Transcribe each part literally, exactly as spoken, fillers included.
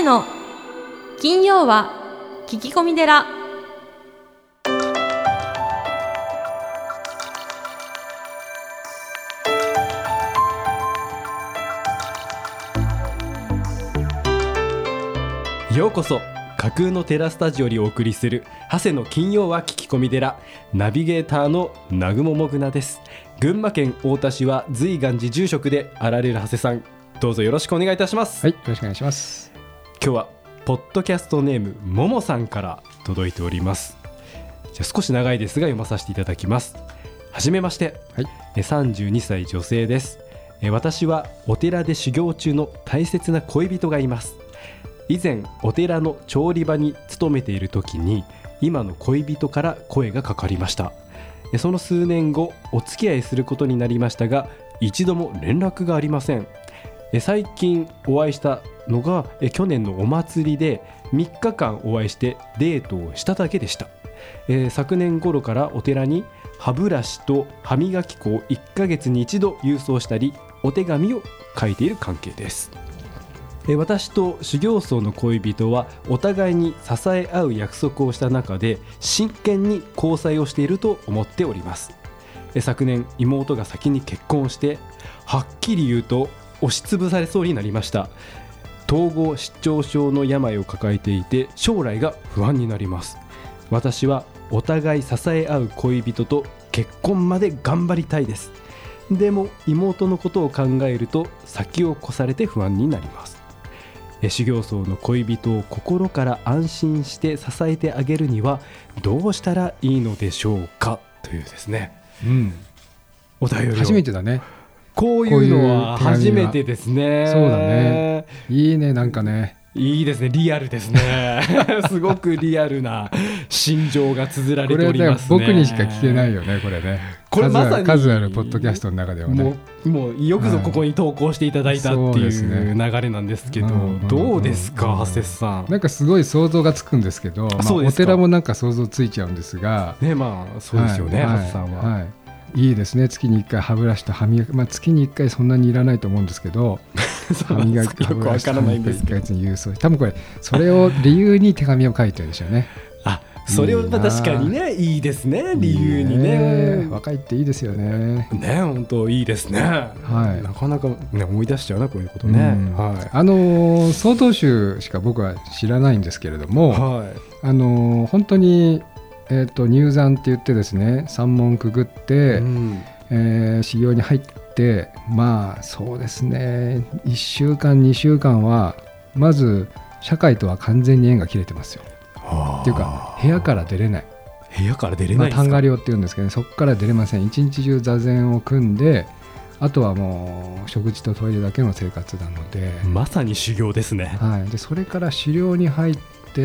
谷の金曜は聞き込み寺。 ようこそ架空のテラスタジオにお送りする長谷の金曜は聞き込み寺、ナビゲーターの南雲もぐなです。群馬県太田市は随願寺住職であられる長谷さん、どうぞよろしくお願いいたします。 はい、よろしくお願いします。 今日はポッドキャストネームももさんから届いております。じゃあ少し長いですが読まさせていただきます。はじめまして、はい、さんじゅうにさい女性です。私はお寺で修行中の大切な恋人がいます。以前お寺の調理場に勤めている時に今の恋人から声がかかりました。その数年後お付き合いすることになりましたが、一度も連絡がありません。最近お会いしたのが去年のお祭りでみっかかんお会いしてデートをしただけでした。昨年頃からお寺に歯ブラシと歯磨き粉をいっかげつに一度郵送したりお手紙を書いている関係です。私と修行僧の恋人はお互いに支え合う約束をした中で真剣に交際をしていると思っております。昨年妹が先に結婚してはっきり言うと押しつぶされそうになりました。統合失調症の病を抱えていて将来が不安になります。私はお互い支え合う恋人と結婚まで頑張りたいです。でも妹のことを考えると先を越されて不安になります。修行僧の恋人を心から安心して支えてあげるにはどうしたらいいのでしょうか、というですね、うん、お便りを初めてだね。 こういうのは初めてですね。 そうだね、いいね、なんかね、 いいですね、リアルですねすごくリアルな心情が綴られておりますね。 これ僕にしか聞けないよね、これね。 これまさに数あるポッドキャストの中ではね、 もう、もうよくぞここに投稿していただいたっていう流れなんですけど、 はい、 どうですか、長谷さん。 なんかすごい想像がつくんですけど、まあ、お寺もなんか想像ついちゃうんですがね、まあそうですよね、長谷さんは、 はいはい、いいですね。月にいっかい歯ブラシと歯磨き、まあ、月にいっかいそんなにいらないと思うんですけど歯磨き、歯ブラシと歯磨きいっかげつに郵送、多分これそれを理由に手紙を書いてるでしょうね。 あ、それは確かにね、いいですね、理由にね。 いいね、若いっていいですよね。 ね、本当いいですね、はい、なかなか、ね、思い出しちゃうな、こういうことね、はい、 あのー、曹洞宗しか僕は知らないんですけれども、はい、あのー、本当にえー、と入山って言ってですね、山門くぐって、うん、えー、修行に入って、まあそうですね、いっしゅうかんにしゅうかんはまず社会とは完全に縁が切れてますよ。っていうか部屋から出れない、 部屋から出れないですか。 まあ、単牙寮っていうんですけど、ね、そこから出れません。一日中座禅を組んで、あとはもう食事とトイレだけの生活なので、 まさに修行ですね、 はい、でそれから修行に入って、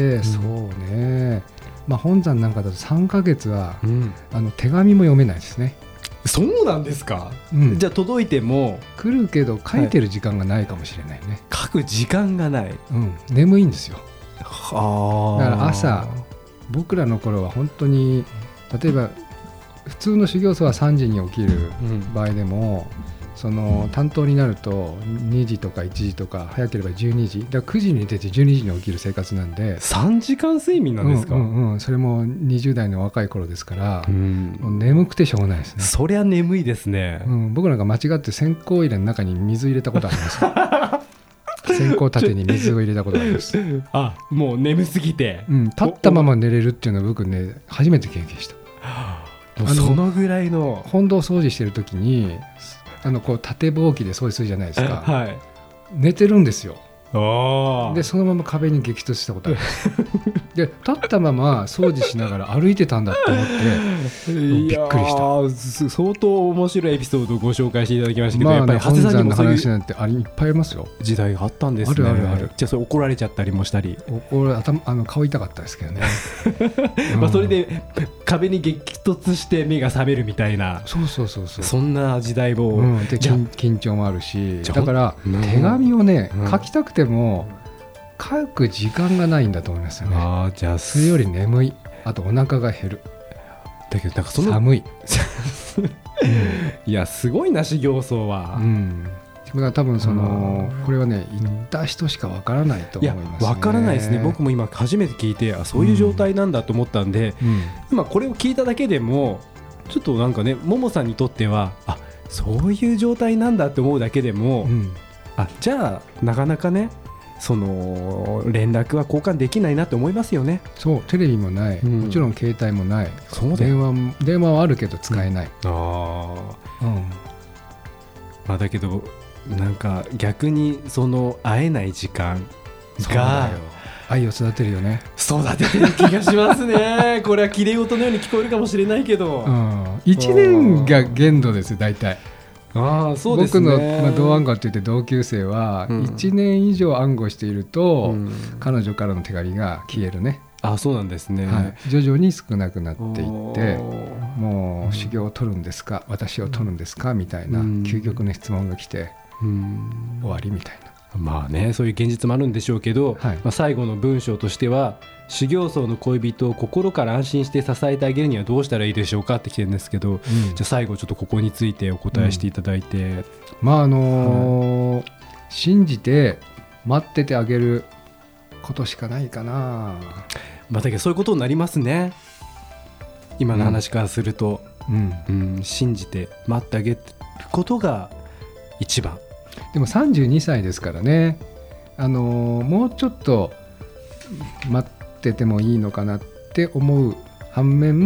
うん、そうね、まあ、本山なんかだとさんかげつは、うん、あの手紙も読めないですね。 そうなんですか、うん、じゃあ届いても来るけど書いてる時間がないかもしれないね、 はい、書く時間がない、 うん、眠いんですよ。 はだから朝、僕らの頃は本当に例えば普通の修行僧はさんじに起きる場合でも、うん、その担当になるとにじとかいちじとか早ければじゅうにじだからくじに出てじゅうにじに起きる生活なんで、 さんじかん睡眠なんですか、 うんうんうん、それもにじゅう代の若い頃ですから、うん、もう眠くてしょうがないですね。 そりゃ眠いですね、 うん、僕なんか間違って線香入れの中に水入れたことあります線香立てに水を入れたことがあります。 あ、もう眠すぎて、 うん、立ったまま寝れるっていうのは僕ね初めて経験した。 もうそのぐらいの本堂掃除してる時にあのこう縦ぼうきで掃除するじゃないですか、はい、寝てるんですよ。でそのまま壁に激突したことあるで立ったまま掃除しながら歩いてたんだって思ってびっくりした。 相当面白いエピソードをご紹介していただきましたけど、 まあ、 やっぱり本山の話なんてあれいっぱいありますよ。 時代があったんですね。 あるあるある。 じゃあそれ怒られちゃったりもしたり。 怒ら頭あの顔痛かったですけどねまあそれで壁に激突して目が覚めるみたいな、 そうそうそうそう、 そんな時代も、 うん、で緊張もあるし、だから手紙をね、うん、書きたくても書く時間がないんだと思いますよね。 あ、じゃあそれより眠い、あとお腹が減る、 だけどなんかその寒い、 うん、いやすごいな修行僧は、 うん、 だから多分そのこれはね行った人しかわからないと思いますね。 いやわからないですね。僕も今初めて聞いてあそういう状態なんだと思ったんで、うんうん、今これを聞いただけでもちょっとなんかねももさんにとってはあそういう状態なんだって思うだけでも、うん、あじゃあなかなかねその連絡は交換できないなって思いますよね。 そうテレビもない、うん、もちろん携帯もない、そうだ電話も電話はあるけど使えない、うん、ああ、うんまあ、だけどなんか逆にその会えない時間が愛を育てるよね。 育ててる気がしますねこれは綺麗事のように聞こえるかもしれないけど、うん、 いちねんが限度です大体。 あそうですね、 僕の、まあ、同暗号って言って同級生はいちねん以上暗号していると、うん、彼女からの手紙が消えるね。 あそうなんですね、 はい、徐々に少なくなっていってもう修行を取るんですか、うん、私を取るんですかみたいな究極の質問が来て、うん、終わりみたいな。 まあねそういう現実もあるんでしょうけど、はいまあ、最後の文章としては修行僧の恋人を心から安心して支えてあげるにはどうしたらいいでしょうかって来てるんですけど、うん、じゃあ最後ちょっとここについてお答えしていただいて、うん、 まああのーはい、信じて待っててあげることしかないかな。 まあ、だけどそういうことになりますね今の話からすると、うんうん、信じて待ってあげることが一番。 でもさんじゅうにさいですからね、あのー、もうちょっと待っててもいいのかなって思う反面、うん、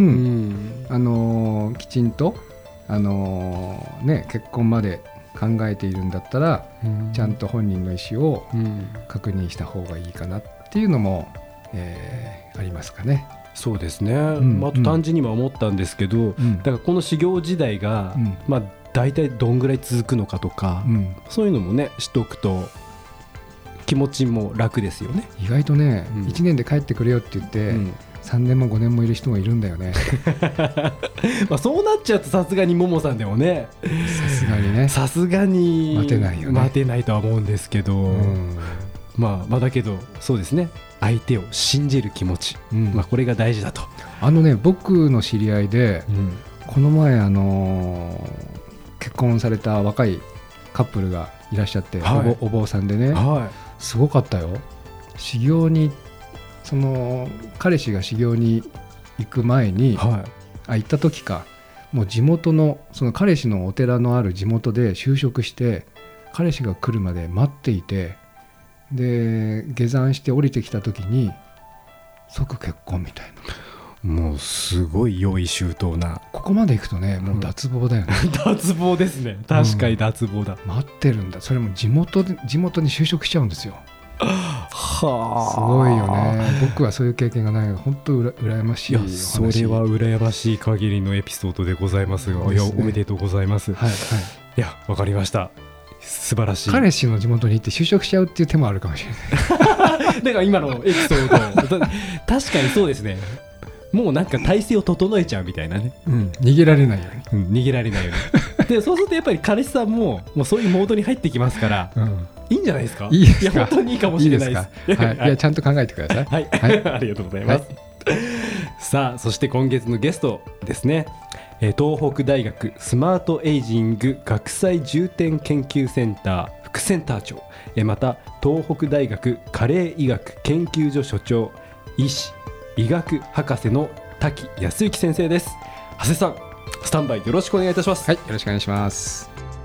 あのー、きちんと、あのーね、結婚まで考えているんだったら、うん、ちゃんと本人の意思を確認した方がいいかなっていうのも、えー、ありますかね。 そうですね、うんまあ、あと単純には思ったんですけど、うん、だからこの修行時代が、うんまあ、大体どんぐらい続くのかとか、うん、そういうのもね知っておくと気持ちも楽ですよね。 意外とね、うん、いちねんで帰ってくれよって言って、うん、さんねんもごねんもいる人もいるんだよねまあそうなっちゃうとさすがにももさんでもねさすがにねさすがに待てないよね。 待てないとは思うんですけど、うんまあ、まあだけどそうですね相手を信じる気持ち、うんまあ、これが大事だと。 あのね僕の知り合いで、うん、この前あのー、結婚された若いカップルがいらっしゃって、はい、お, お坊さんでね、はい、すごかったよ。修行にその彼氏が修行に行く前に、はい、あ行った時かもう地元のその彼氏のお寺のある地元で就職して彼氏が来るまで待っていてで下山して降りてきた時に即結婚みたいな。もうすごい用意周到な。 ここまで行くとねもう脱帽だよね、 うん、脱帽ですね。確かに脱帽だ、 うん、待ってるんだ。それも地元で地元に就職しちゃうんですよ。はあ、すごいよね。僕はそういう経験がないので本当うら羨ましい。いやそれは羨ましい限りのエピソードでございますが、ね、いやおめでとうございます、はいはい、いやわかりました。素晴らしい。 彼氏の地元に行って就職しちゃうっていう手もあるかもしれないだから今のエピソード確かにそうですね。もうなんか体勢を整えちゃうみたいなね、 うん、逃げられないように、うん、逃げられないようにでそうするとやっぱり彼氏さんも、もうそういうモードに入ってきますから、うん、いいんじゃないですか。 いいですか。 いや本当にいいかもしれないです。 いいですか、はい、いやちゃんと考えてください。 はい、はい、ありがとうございます、はい、さあそして今月のゲストですね、東北大学スマートエイジング学際重点研究センター副センター長、また東北大学加齢医学研究所所長、医師医学博士の滝康之先生です。長谷さんスタンバイよろしくお願いいたします。 はい、よろしくお願いします。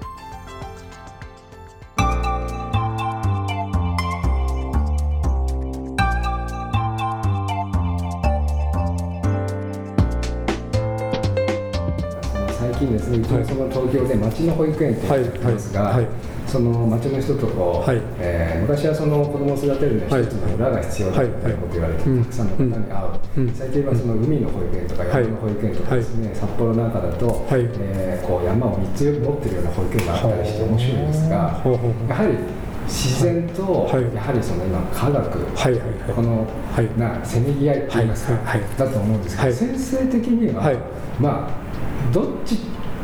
最近ですね、うちのその東京で町の保育園って言ってますが、はいはいはい、その町の人とこう、はいえー、昔はその子供を育てるのに一つの裏が必要だということを言われて、はいはい、たくさんの方に会う、うん、最近はその海の保育園とか山の保育園とかですね、はい、札幌なんかだと、はいえー、こう山をみっつ持ってるような保育園があったりして面白いんですが、はい、やはり自然と、はい、やはりその今科学、はいはいはい、この、はい、なせめぎ合いといいますか、はいはい、だと思うんですけど、はい、先生的には、はい、まあどっち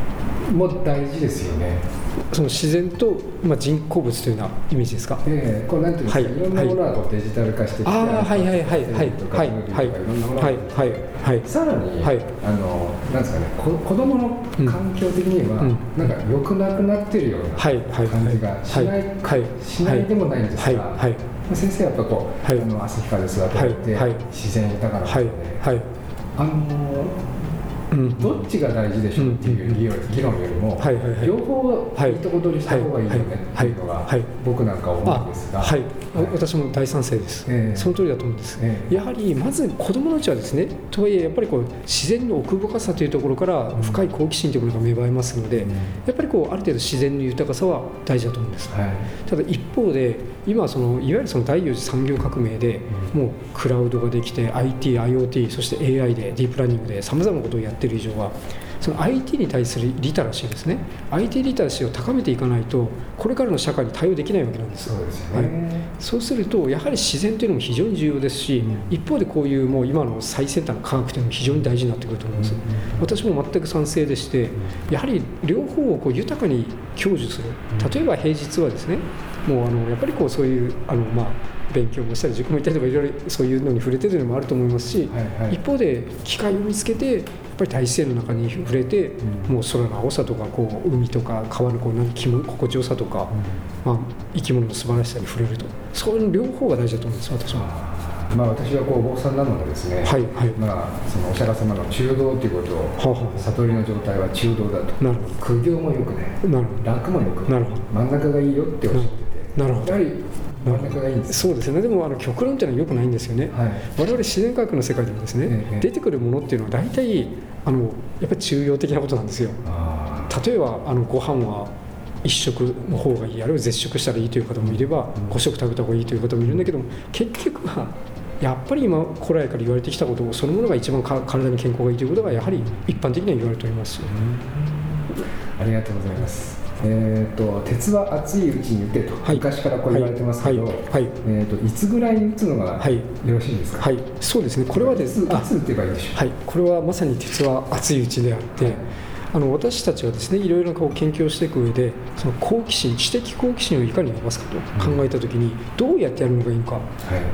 も大事ですよね。 その自然と、まあ、人工物というようなイメージですか。 ええ、こうなんていうんですか、はい、いろんなものがこうデジタル化してきて、 ああ、はいはいはいはいはいはいはいはいはい、 さらに、はい、あのなんですかね、こ子供の環境的には、うん、なんか良くなくなってるような感じがしない、しないでもないんですが、はいはいはい、先生はやっぱこう、はい、あの旭川で育てられて、はいはい、自然豊かなので、はいはい、あのうん、どっちが大事でしょうっていう議論よりも、はいはいはい、両方いいとこ取りした方がいいよねっていうのが僕なんか思うんですが、 はいはいはい、私も大賛成です、えー、その通りだと思うんです、えー、やはりまず子どものうちはですね、とはいえやっぱりこう自然の奥深さというところから深い好奇心というものが芽生えますので、うん、やっぱりこうある程度自然の豊かさは大事だと思うんです、はい、ただ一方で今そのいわゆるその第四次産業革命でもうクラウドができて アイティー、アイオーティー そして エーアイ でディープラーニングでさまざまなことをやっている以上は、その アイティー に対するリテラシーですね、 アイティー リテラシーを高めていかないとこれからの社会に対応できないわけなんです。 そうですよね、はい、 そうするとやはり自然というのも非常に重要ですし、うん、一方でこういうもう今の最先端の科学というのも非常に大事になってくると思います、うん、私も全く賛成でして、やはり両方をこう豊かに享受する。例えば平日はですね、もうあのやっぱりこうそういうあのまあ勉強もしたり塾も行ったりとかいろいろそういうのに触れてというのもあると思いますし、はいはい、一方で機会を見つけてやっぱり大自然の中に触れて、うん、もう空の青さとかこう海とか川のこうなん気も心地よさとか、うん、まあ、生き物の素晴らしさに触れると、そういう両方が大事だと思うんです私は。 まあ、私はこうお坊さんなのでですね、はいはい、まあ、そのお釈迦様の中道ということを、はは悟りの状態は中道だと、なるほど、苦行もよくね、なるほど、楽もよく、なるほど、真ん中がいいよっておっしゃってて、なるほど、やはり真ん中がいいんです。 そうですね。でもあの極論というのは良くないんですよね、はい、我々自然科学の世界でもですね、ええ、出てくるものっていうのは大体あのやっぱり中庸的なことなんですよ。例えばあのご飯は一食の方がいい、あるいは絶食したらいいという方もいれば、ご食食べた方がいいという方もいるんだけども、結局はやっぱり今古来から言われてきたことそのものが一番か体に健康がいいということがやはり一般的には言われております。 ありがとうございます。えー、と鉄は熱いうちに打てと、はい、昔からこう言われてますけど、はいはい、えー、といつぐらいに打つのがよろしいですか。 はい、はい、そうですね、これはですね、 いつ打てばいいでしょう。 はい、これはまさに鉄は熱いうちであって、はい、あの私たちはですねいろいろこう研究をしていく上でその好奇心、知的好奇心をいかに伸ばすかと考えたときにどうやってやるのがいいのか、はい、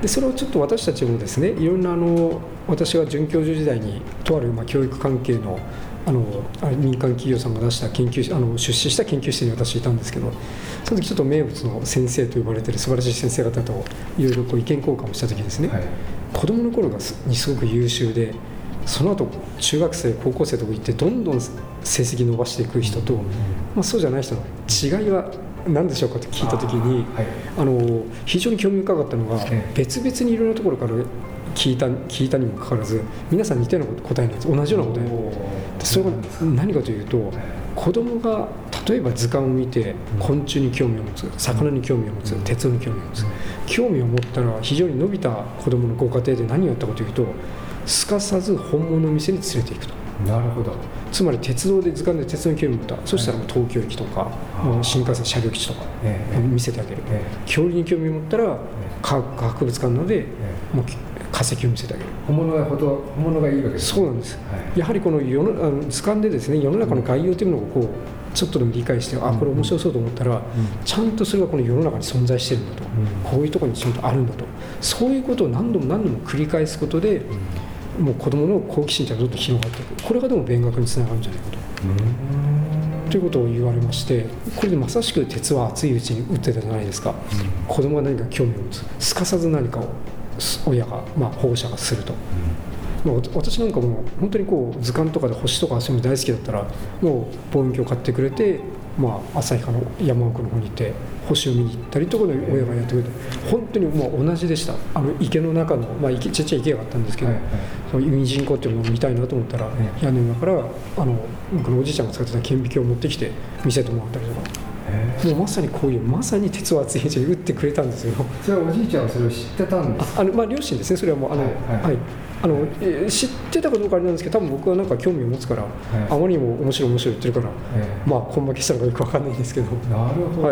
でそれをちょっと私たちもですねいろんなあの私が准教授時代にとあるまあ教育関係のあの民間企業さんが出した研究あの出資した研究室に私いたんですけど、その時ちょっと名物の先生と呼ばれている素晴らしい先生方といろいろこう意見交換をした時ですね、はい、子どもの頃がにすごく優秀でその後中学生高校生とか行ってどんどん成績伸ばしていく人と、まあ、そうじゃない人の違いは何でしょうかと聞いた時に あ、はい、あの非常に興味深かったのが、別々にいろんなところから聞いた、聞いたにもかかわらず皆さん似たような答えなんです。同じような答え。それが何かというと、子供が例えば図鑑を見て昆虫に興味を持つ、魚に興味を持つ、鉄に興味を持つ、興味を持ったら非常に伸びた子供のご家庭で何をやったかというと、すかさず本物の店に連れていくと。 なるほど。 つまり鉄道で図鑑で鉄道に興味を持った、はい、そしたらもう東京駅とか、もう新幹線車両基地とか見せてあげる、ええ、恐竜に興味を持ったら、ええ、科学博物館なので、ええ、もう化石を見せてあげる。 本物がほど本物がいいわけです。 そうなんです、はい、やはりこの世のあの図鑑でですね世の中の概要というのをこうちょっとでも理解して、うん、あこれ面白そうと思ったら、うん、ちゃんとそれがこの世の中に存在しているんだと、うん、こういうところにちゃんとあるんだと、そういうことを何度も何度も繰り返すことで、うん、もう子どもの好奇心というのはどんどん広がっていく。これがでも勉学につながるんじゃないかと、うん、ということを言われまして、これでまさしく鉄は熱いうちに打ってたじゃないですか、うん、子どもが何か興味を持つ、すかさず何かを親が、まあ、保護者がすると、うん、まあ、私なんかも本当にこう図鑑とかで星とかそういうの大好きだったらもう望遠鏡を買ってくれて、まあ、旭川の山奥の方に行って星を見に行ったりとかで親がやってくれて、本当にもう同じでした。あの池の中の、まあ、池ちっちゃい池があったんですけど、はいはい、そのミジンコっていうのを見たいなと思ったら、はい、屋根の中からあの僕のおじいちゃんが使ってた顕微鏡を持ってきて見せてもらったりとか、もうまさにこういうまさに鉄を熱いうちに打ってくれたんですよ。 それはおじいちゃんはそれを知ってたんですか。 ああの、まあ、両親ですね。それはもうあの、はいはいはい、あのえ知ってたかどうかあれなんですけど、多分僕はなんか興味を持つから、はい、あまりにも面白い面白い言ってるから、はい、まあ根負けしたのかよく分かんないんですけど、 なるほど、はい、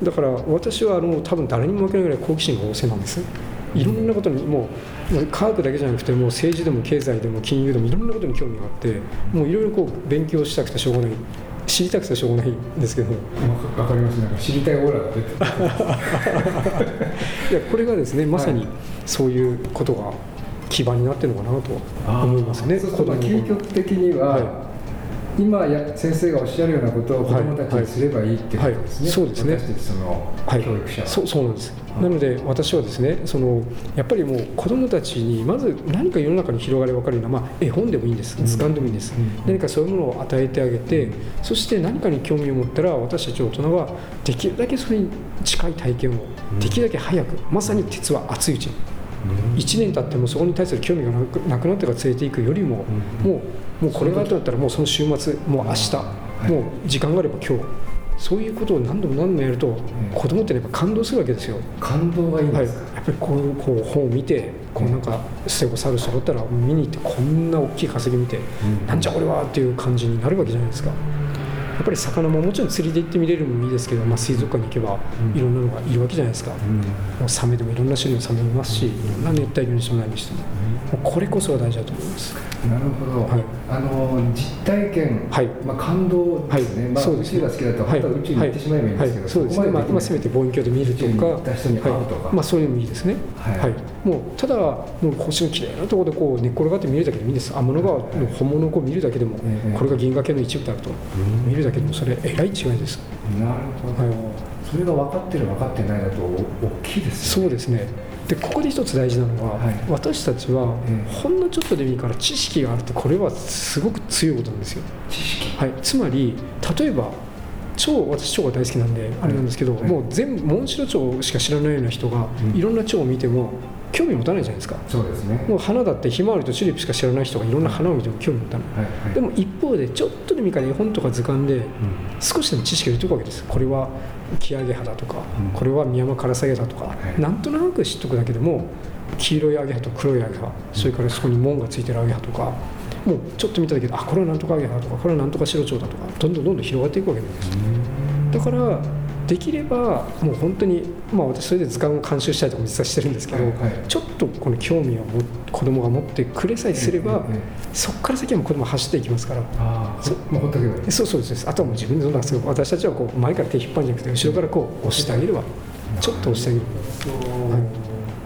だから私はあの多分誰にも負けないぐらい好奇心が旺盛なんです。いろんなことにもう科学だけじゃなくてもう政治でも経済でも金融でもいろんなことに興味があって、もういろいろこう勉強したくてしょうがない。 知りたくてしょうがないんですけど。 わかります。なんか知りたいオーラが出ていやこれがですねまさにそういうことが基盤になってるのかなと思いますね。 そうすると究極的には、はい、今や先生がおっしゃるようなことを子どもたちにすればいいっていうことですね。 そうですね。 私たちその教育者は、 はい、そうそうなんです。なので私はですねそのやっぱりもう子どもたちにまず何か世の中に広がり分かるような、まあ、絵本でもいいんです、図鑑でもいいんです、うん、何かそういうものを与えてあげて、そして何かに興味を持ったら私たち大人はできるだけそれに近い体験をできるだけ早く、まさに鉄は熱いうちに、うん、いちねん経ってもそこに対する興味がなく、なくなってから連れていくよりも、うん、もう、もうこれがとなったらもうその週末もう明日、はい、もう時間があれば今日、そういうことを何度も何度もやると、うん、子供ってやっぱ感動するわけですよ。 感動がいいんですか。 はい、やっぱりこう、こう本を見てこうなんかステゴサウルスを取ったら見に行ってこんな大きい化石見て、うん、なんじゃこれはっていう感じになるわけじゃないですか。やっぱり魚ももちろん釣りで行って見れるのもいいですけど、まあ、水族館に行けばいろんなのがいるわけじゃないですか、うん、もうサメでもいろんな種類のサメいますし、いろんな熱帯魚にしても何にしても、もうこれこそが大事だと思います。 なるほど、はい、あの実体験、はい、まあ、感動ですね、はい、まあ、宇宙が好きだと本当は宇宙に行ってしまえばいいんですけど、 そうですね、まあ、せめて望遠鏡で見るとか、 行った人に会うとか、 はい、まあ、そういうのもいいですね、はいはい、もうただもう星のきれいなところでこう寝っ転がって見るだけでもいいんです。天の川の本物をこう見るだけでも、はい、これが銀河系の一部であると、うん、見るだけでもそれえらい違いです。 なるほど、はい、それが分かってる分かってないだと大きいですね。そうですね。でここで一つ大事なのは、はい、私たちはほんのちょっとでもいいから知識があるって、これはすごく強いことなんですよ。 知識、 はい、つまり例えば蝶、私蝶が大好きなんであれなんですけど、はい、もう全部モンシロチョウしか知らないような人が、うん、いろんな蝶を見ても興味持たないじゃないですか。 そうですね。 もう花だってひまわりとチューリップしか知らない人がいろんな花を見ても興味持たない、はいはい、でも一方でちょっとでもいいから絵本とか図鑑で少しでも知識を入れておくわけです。これはキアゲハだとか、うん、これはミヤマカラサゲだとか、はい、なんとなく知っとくだけでも黄色いアゲハと黒いアゲハ、それからそこに門がついてるアゲハとか、もうちょっと見ただけで、あ、これはなんとかアゲハとか、これはなんとか白蝶だとか、どんどんどんどん広がっていくわけなんです。だからできればもう本当に、まあ、私それで図鑑を監修したりとかも実はしてるんですけど、はいはい、ちょっとこの興味を子供が持ってくれさえすれば、えええ、そこから先はもう子供は走っていきますから。 ああ、そもうほっとけばいい。 そうそうです。あとはもう自分でどんどん私たちはこう前から手引っ張るんじゃなくて後ろからこう押してあげれば、ちょっと押してあげる、はい、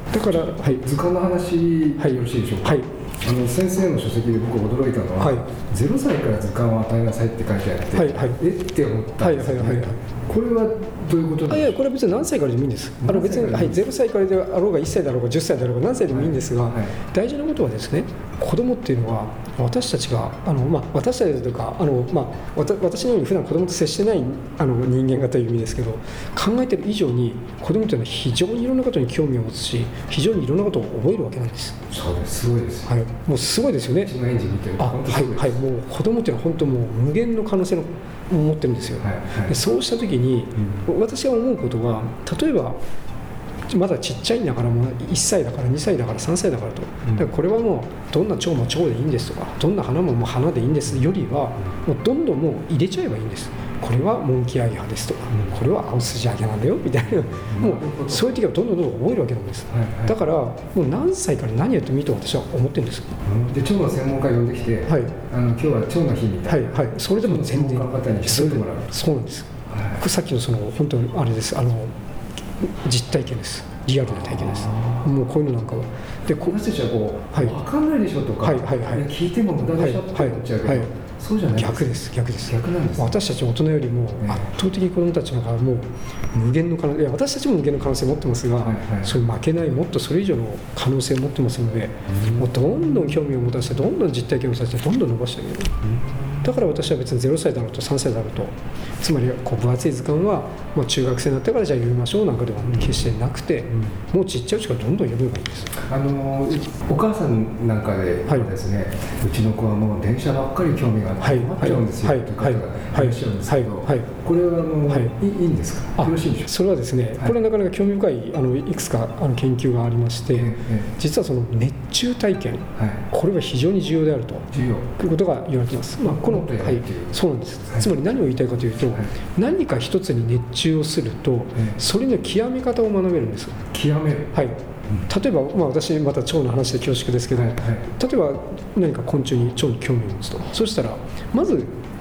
だから、はい、 図鑑の話、はい、よろしいでしょうか。はい、あの先生の書籍で僕驚いたのは、はい、ゼロさいから図鑑を与えなさいって書いてあって、はいはい、えって思ったんですよね。はいはいはいはい、これはどういうことですか。 あ、いや、これは別に何歳からでもいいんです。あの別に、はい、ゼロさいからであろうがいっさいだろうがじゅっさいだろうが何歳でもいいんですが、はいはい、大事なことはですね、子供っていうのは私たちがあの、まあ、私たちというかあの、まあ、私のように普段子供と接してないあの人間がという意味ですけど、考えてる以上に子供というのは非常にいろんなことに興味を持つし、非常にいろんなことを覚えるわけなんです。 そうです、すごいです、 はい、もうすごいですよね。 うちの園児見てると本当すごいです。はいはい、もう子供っていうのは本当もう無限の可能性を持ってるんですよ、はいはい、でそうした時に、うん、私が思うことは、例えばまだちっちゃいんだから、もういっさいだからにさいだからさんさいだからと、うん、だからこれはもうどんな蝶も蝶でいいんですとか、どんな花ももう花でいいんですよりは、もうどんどんもう入れちゃえばいいんです。これはモンキアゲハですとか、うん、これはアオスジアゲなんだよみたいな、うん、もうそういう時はどんどんどんどん覚えるわけなんです、はいはい、だからもう何歳から何やってもいいと私は思ってるんです、 うん、で蝶の専門家呼んできて、はい、あの今日は蝶の日みたいな、はいはい、 それでも全然専門家の方にしてもらう。 そうなんです、はい、さっきのその本当にあれです、あの実体験です、リアルな体験です。もうこういうのなんかはで、私たちはこう、はい、分かんないでしょとか、はいはいはい、聞いても無駄でしょって思っちゃうけど、はいはい、そうじゃないです。 逆です逆です逆なんです。 私たち大人よりも圧倒的に子どもたちの方がもう無限の可能性、いや私たちも無限の可能性を持ってますが、はいはい、それ負けない、もっとそれ以上の可能性を持ってますので、うん、もうどんどん興味を持たせて、どんどん実体験をさせて、どんどん伸ばしてあげる、うん、だから私は別にゼロさいだろうとさんさいだろうと、つまりこう分厚い図鑑はもう中学生になってからじゃあ読みましょうなんかでは決してなくて、うん、もうちっちゃいうちからどんどん読めばいいんです。 あのお母さんなんかでですね、はい、うちの子はもう電車ばっかり興味があって困っちゃうんですよ、はい、という方がいらっしゃるんですけど、これはあの、はい、いいんですか。よろしいんでしょうか。 それはですね、はい、これはなかなか興味深いあのいくつかあの研究がありまして、ええ、実はその熱中体験、はい、これは非常に重要であると重要ということが言われています。まあ、この、はい、そうなんです、はい、つまり何を言いたいかというと、はい、何か一つに熱中をすると、ええ、それの極め方を学べるんです。 極める、 はい、例えば、まあ、私また蝶の話で恐縮ですけど、はいはい、例えば何か昆虫に蝶に興味を持つと、そしたらまず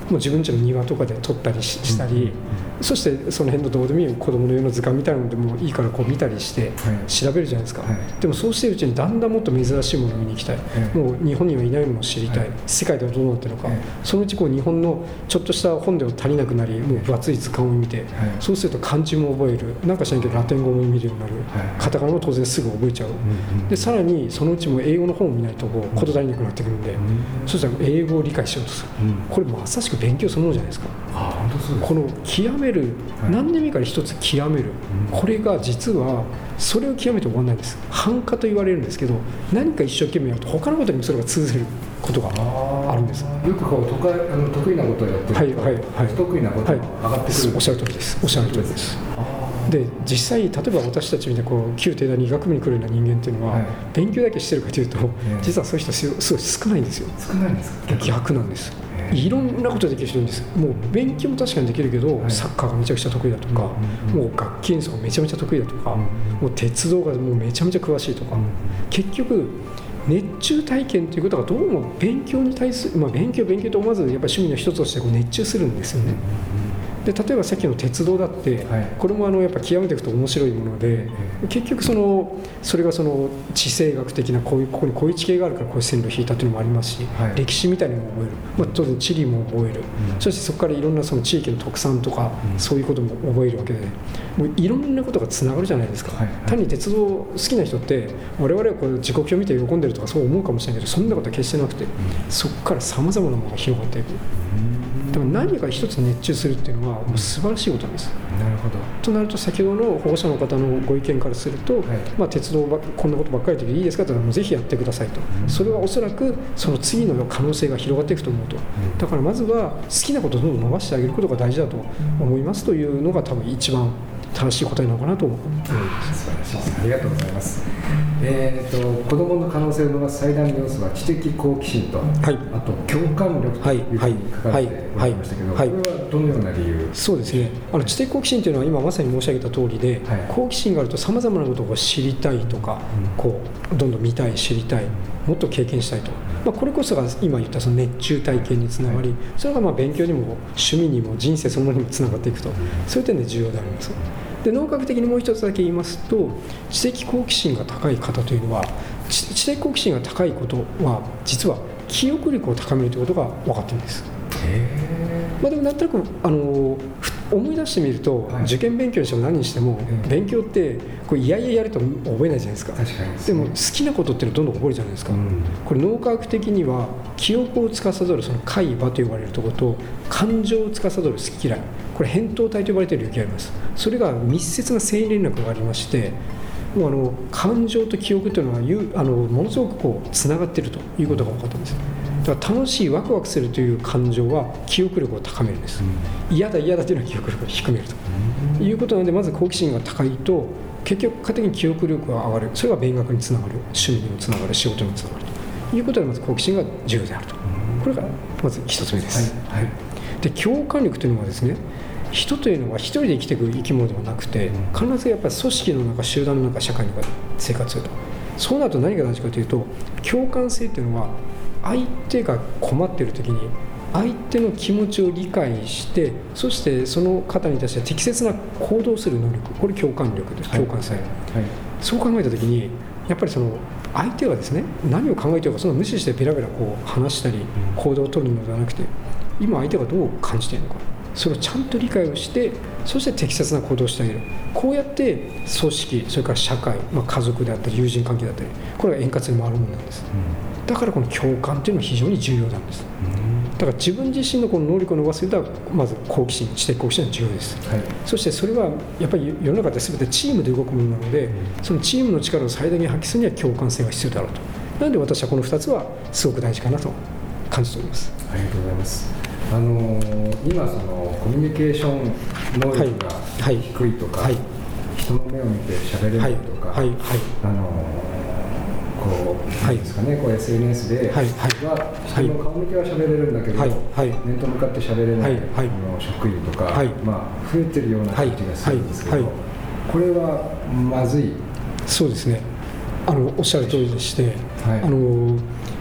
もう自分家の庭とかで撮ったり し, したり、うん、そしてその辺のどうでもいい子供の用の図鑑みたいなのでもいいからこう見たりして調べるじゃないですか、はい、でもそうしてるうちにだんだんもっと珍しいものを見に行きたい、はい、もう日本にはいないものを知りたい、はい、世界ではどうなってるのか、はい、そのうちこう日本のちょっとした本では足りなくなりもう分厚い図鑑を見て、はい、そうすると漢字も覚える、なんか知らんけどラテン語も見るようになる、はい、カタカナも当然すぐ覚えちゃう、うん、でさらにそのうちも英語の本を見ないとこう事足りなくなってくるんで、うん、そしたら英語を理解しようとする、うん、これまさしく勉強そのものじゃないですか。 あ、本当そうです。 この極める、はい、何でもいいから一つ極める、うん、これが実はそれを極めて終わらないんです。繁華と言われるんですけど、何か一生懸命やると他のことにもそれが通ずることがあるんです。 よくこう得意、あの得意なことをやってると、はいはいはい、不得意なことが上がってくる、はい、 おっしゃる通りです。おっしゃる通りです。で実際例えば私たちみたいなこう旧帝大に医学部に来るような人間っていうのは、はい、勉強だけしてるかというと、実はそういう人すごい少ないんですよ。 少ないんですか。 逆なんです。いろんなことできる人いるんです。もう勉強も確かにできるけど、はい、サッカーがめちゃくちゃ得意だとか、うんうん、もう楽器演奏がめちゃめちゃ得意だとか、うん、もう鉄道がもうめちゃめちゃ詳しいとか、うん、結局熱中体験ということがどうも勉強に対する、まあ、勉強勉強と思わずやっぱり趣味の一つとしてこう熱中するんですよね。で例えばさっきの鉄道だって、はい、これもあのやっぱ極めていくと面白いもので、結局そのそれがその地政学的なこういうここにこういう地形があるからこういう線路を引いたというのもありますし、はい、歴史みたいなのも覚える、まあ、当然地理も覚える、うん、そしてそこからいろんなその地域の特産とか、うん、そういうことも覚えるわけで、もういろんなことがつながるじゃないですか、はいはい、単に鉄道好きな人って我々はこう時刻表見て喜んでるとかそう思うかもしれないけど、そんなことは決してなくて、うん、そこからさまざまなものが広がっていく、うん、でも何か一つ熱中するっていうのはもう素晴らしいことなんです。 なるほど。 となると先ほどの保護者の方のご意見からすると、はい、まあ、鉄道ばこんなことばっかりでいいですかと言ったらぜひやってくださいと、うん、それはおそらくその次の可能性が広がっていくと思うと、うん、だからまずは好きなことをどんどん伸ばしてあげることが大事だと思いますというのが多分一番正しい答えなのかなと思います。 素晴らしいです。ありがとうございます。えー、と子どもの可能性を伸ばす最大の要素は知的好奇心と、はい、あと共感力というふうに書かれておりましたけど、はいはいはい、これはどのような理由？ そうですね、あの知的好奇心というのは今まさに申し上げた通りで、はい、好奇心があるとさまざまなことを知りたいとか、うん、こうどんどん見たい、知りたい、もっと経験したいと、まあ、これこそが今言ったその熱中体験につながり、はい、それがまあ勉強にも趣味にも人生そのものにもつながっていくと、そういう点で重要であります。で脳科学的にもう一つだけ言いますと、知的好奇心が高い方というのは、知的好奇心が高いことは実は記憶力を高めるということが分かっているんです。へー、まあ、でもなんとなくあの思い出してみると、はい、受験勉強にしても何にしても、うん、勉強ってこういやいややると覚えないじゃないですか。 確かにですね。でも好きなことっていうのはどんどん覚えるじゃないですか、うん、これ脳科学的には記憶を司るその海馬と呼ばれるところと感情を司る好き嫌い、これ扁桃体と呼ばれている領域があります。それが密接な繊維連絡がありまして、もうあの感情と記憶というのはゆあのものすごくこうつながっているということが分かったんです。だから楽しいワクワクするという感情は記憶力を高めるんです、うん、嫌だ嫌だというのは記憶力を低めると、うん、いうことなので、まず好奇心が高いと結局果的に記憶力が上がる、それが勉学につながる、趣味にもつながる、仕事にもつながるということで、まず好奇心が重要であると、うん、これがまず一つ目です、はいはい、で共感力というのはですね、人というのは一人で生きていく生き物ではなくて、必ずやっぱり組織の中、集団の中、社会の中で生活すると。そうなると何が大事かというと、共感性というのは相手が困っている時に相手の気持ちを理解して、そしてその方に対して適切な行動する能力、これ共感力です。共感性、はいはい、そう考えた時にやっぱりその相手はですね、何を考えているかその無視してペラペラこう話したり行動を取るのではなくて、今相手がどう感じているのか、それをちゃんと理解をして、そして適切な行動をしてあげる。こうやって組織、それから社会、まあ、家族であったり友人関係だったり、これが円滑に回るものなんです、うん、だからこの共感というのは非常に重要なんです、うん、だから自分自身のこの能力を伸ばすというのはまず好奇心、知的好奇心は重要です、はい、そしてそれはやっぱり世の中で全てチームで動くものなので、うん、そのチームの力を最大限発揮するには共感性が必要だろうと。なので私はこのふたつはすごく大事かなと感じております。 ありがとうございます。あのー、今そのコミュニケーション能力が低いとか、はいはい、人の目を見て喋れないとか、はいはい、あのー、こう、はい、ですかね、こう エスエヌエス で、はいはい、人の顔向けは喋れるんだけど、はいはい、面と向かって喋れない、はいはい、の職員とか、はい、まあ、増えてるような感じがするんですけど、はいはい、これはまずい。 そうですね、あのおっしゃる通りでして、はい、あの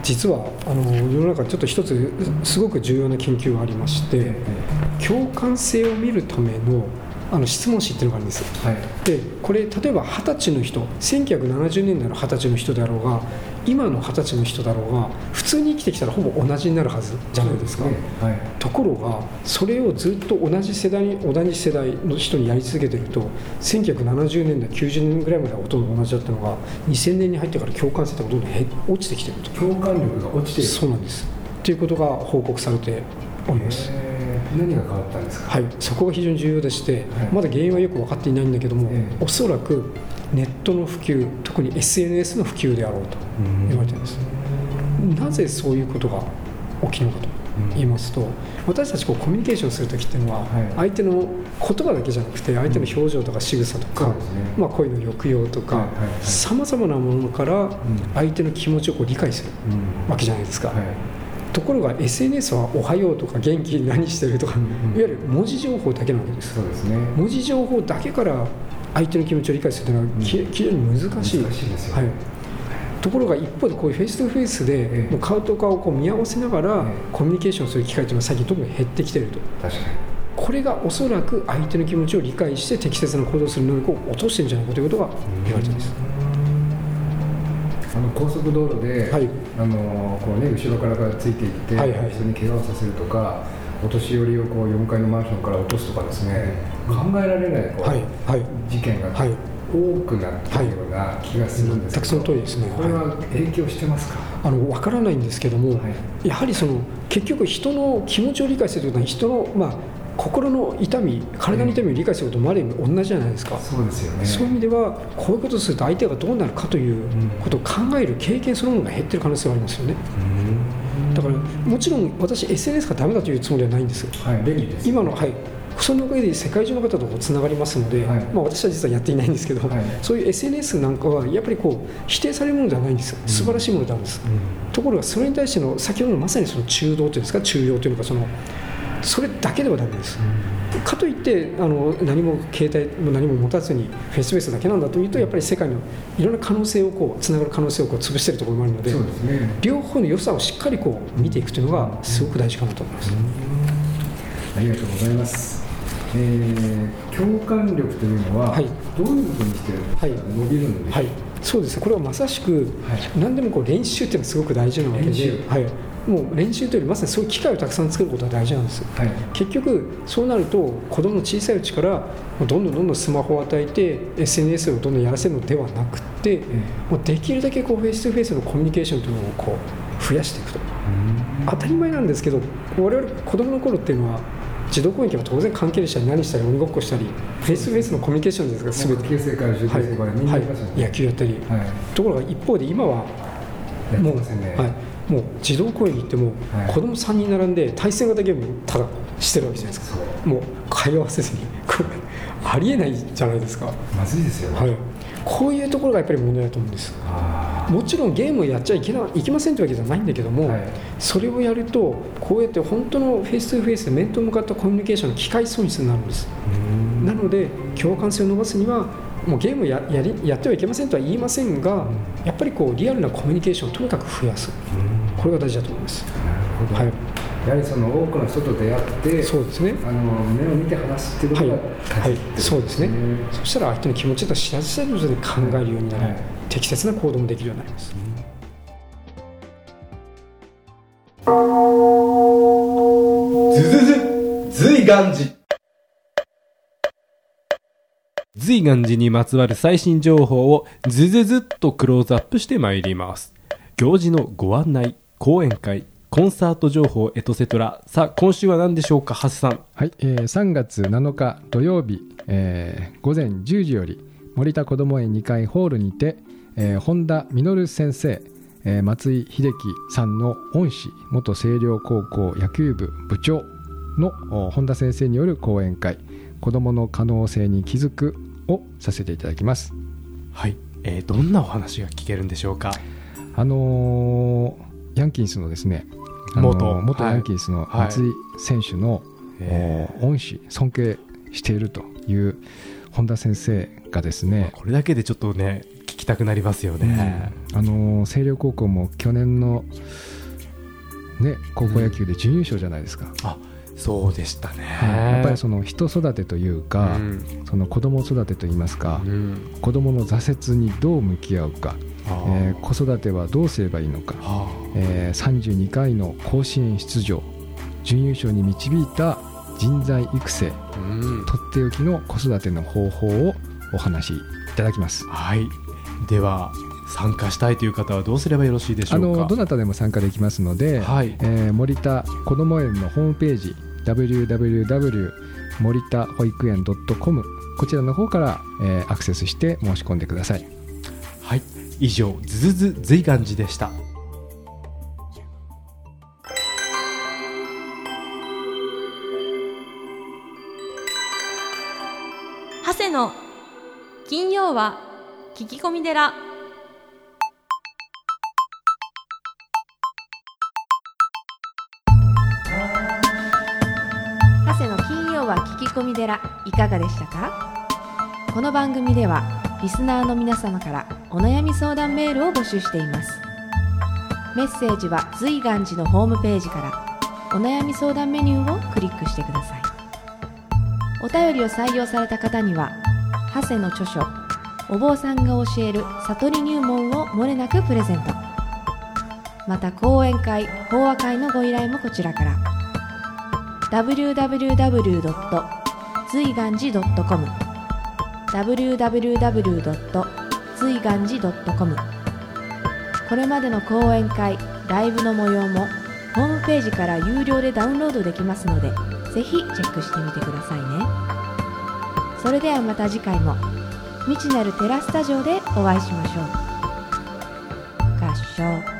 実はあの世の中にちょっと一つすごく重要な研究がありまして、共感性を見るためのあの質問紙っていうのがあるんです、はい、でこれ例えばはたちの人、せんきゅうひゃくななじゅうねんだいのはたちの人であろうが今のはたちの人だろうが普通に生きてきたらほぼ同じになるはずじゃないですか。そうですね、はい、ところがそれをずっと同じ世代に同じ世代の人にやり続けてるとせんきゅうひゃくななじゅうねんだいきゅうじゅうねんぐらいまではほとんど同じだったのがにせんねんに入ってから共感性がどんどん落ちてきてると。 共感力が落ちている。 そうなんですということが報告されております。 何が変わったんですか。 はい、そこが非常に重要でして、はい、まだ原因はよく分かっていないんだけども、えー、おそらくネットの普及、特に エスエヌエス の普及であろうと言われているんです。なぜそういうことが起きるのかと言いますと、私たちこうコミュニケーションするときっていうのは、はい、相手の言葉だけじゃなくて相手の表情とか仕草とか、うんねまあ、声の抑揚とかさまざまなものから相手の気持ちをこう理解するわけじゃないですか。はいはい、ところが エスエヌエス はおはようとか元気に何してるとか、うんうん、いわゆる文字情報だけなわけです。 そうですね、 文字情報だけから相手の気持ちを理解するというのは非常に難しい、 難しいですよ、 はい、ところが一方でこういうフェイストゥフェイスでもう顔と顔をこう見合わせながらコミュニケーションする機会というのは最近どんどん減ってきていると。 確かにこれがおそらく相手の気持ちを理解して適切な行動する能力を落としてるんじゃないかということが言われています。 あの高速道路で、はい、あのこうね、後ろからついていって、はいはい、人に怪我をさせるとかお年寄りをこうよんかいのマンションから落とすとかですね、考えられないこう、はいはい、事件が多くなっているような気がするんですけど、 たくさんの通りですね。 これは影響してますか。 あの分からないんですけども、はい、やはりその結局人の気持ちを理解するということは人の、まあ、心の痛み、体の痛みを理解することもある意味同じじゃないですか。 そうですよね。 そういう意味ではこういうことをすると相手がどうなるかということを考える経験そのものが減っている可能性がありますよね。うん、だからもちろん私 エスエヌエス がダメだというつもりはないんです。 はい、便利です。 今の、はい、そのおかげで世界中の方とつながりますので、はい、まあ、私は実はやっていないんですけど、はい、そういう エスエヌエス なんかはやっぱりこう否定されるものではないんです。素晴らしいものであるんです。うん、ところがそれに対しての先ほどのまさにその中道というんですか、中庸というのか、そのそれだけではダメです。うん、かといってあの何も携帯も何も持たずにフェイストゥフェイスだけなんだというと、やっぱり世界のいろんな可能性をこうつながる可能性をこう潰しているところもあるので、 そうですね、 両方の良さをしっかりこう見ていくというのがすごく大事かなと思います。 うん、ありがとうございます。えー、共感力というのは、はい、どういうふうにして、はい、伸びるのでしょうか。はい、そうです。これはまさしく、はい、何でもこう練習というのはすごく大事なわけで、はい、もう練習というよりまさにそういう機会をたくさん作ることが大事なんです。はい、結局そうなると子どもの小さいうちからどんどんどんどんスマホを与えて エスエヌエス をどんどんやらせるのではなくて、うん、もうできるだけこうフェイストゥフェイスのコミュニケーションというのをこう増やしていくと。うん、当たり前なんですけど、我々子どもの頃っていうのは自動攻撃は当然関係者に何したり鬼ごっこしたりフェイストゥフェイスのコミュニケーションですが全て、下級生から中級生までみんなやりますよね。 はい、野球やったり、はい、ところが一方で今はもう、ね、はい、もう自動攻撃ってもう子供さんにん並んで対戦型ゲームをただしてるわけじゃないですか。もう会話せずにこれありえないじゃないですか。 まずいですよね。 はい、こういうところがやっぱり問題だと思うんです。もちろんゲームをやっちゃいけないけませんというわけじゃないんだけども、はい、それをやるとこうやって本当のフェイストゥフェイスで面と向かったコミュニケーションの機会損失になるんです。なので共感性を伸ばすにはもうゲームを や, や, りやってはいけませんとは言いませんが、やっぱりこうリアルなコミュニケーションをとにかく増やす、これが大事だと思います。 なるほど、はい、やはりその多くの人と出会って、 そうですね、 あの目を見て話すっていうことが大事ですね。 そうですね。そしたら相手の気持ちと知らせることで考えるようになる、はい、適切な行動もできるようになります。 ずずず随願寺随願寺にまつわる最新情報をずずずっとクローズアップしてまいります。行事のご案内、講演会、コンサート情報エトセトラ。さあ今週は何でしょうか、ハスさん。 はい、えー、さんがつなのか土曜日、えー、ごぜんじゅうじより森田こども園にかいホールにて、えー、本田実先生、えー、松井秀樹さんの恩師、元星稜高校野球部部長の本田先生による講演会、子どもの可能性に気づくをさせていただきます。 はい、えー、どんなお話が聞けるんでしょうか。 あのー、ヤンキースのですね、あのー、元, 元ヤンキースの松井選手の、はい、恩師、尊敬しているという本田先生がですね、 これだけでちょっとね聞きたくなりますよね、 うん、あの星稜高校も去年の、ね、高校野球で準優勝じゃないですか、うん、 あそうでしたね、 やっぱりその人育てというか、うん、その子供育てといいますか、うん、子供の挫折にどう向き合うか、えー、子育てはどうすればいいのか、えー、さんじゅうにかいの甲子園出場準優勝に導いた人材育成、うん、とっておきの子育ての方法をお話しいただきます。 はい、では参加したいという方はどうすればよろしいでしょうか。 あのどなたでも参加できますので、はい、えー、森田こども園のホームページ ダブリューダブリューダブリュー 森田保育園 .com こちらの方から、えー、アクセスして申し込んでください。 はい、以上ズズズ随願寺でした。 長谷の金曜は聞き込み寺。長谷の金曜は聞き込み寺いかがでしたか。この番組ではリスナーの皆様からお悩み相談メールを募集しています。メッセージは随願寺のホームページからお悩み相談メニューをクリックしてください。お便りを採用された方には長谷の著書お坊さんが教える悟り入門をもれなくプレゼント。また講演会法話会のご依頼もこちらから。 ダブリューダブリューダブリュードット随願寺ドットコム ダブリューダブリューダブリュードット随願寺ドットコム これまでの講演会ライブの模様もホームページから有料でダウンロードできますので、ぜひチェックしてみてくださいね。それではまた次回も未知なるテラスタジオでお会いしましょう。合唱。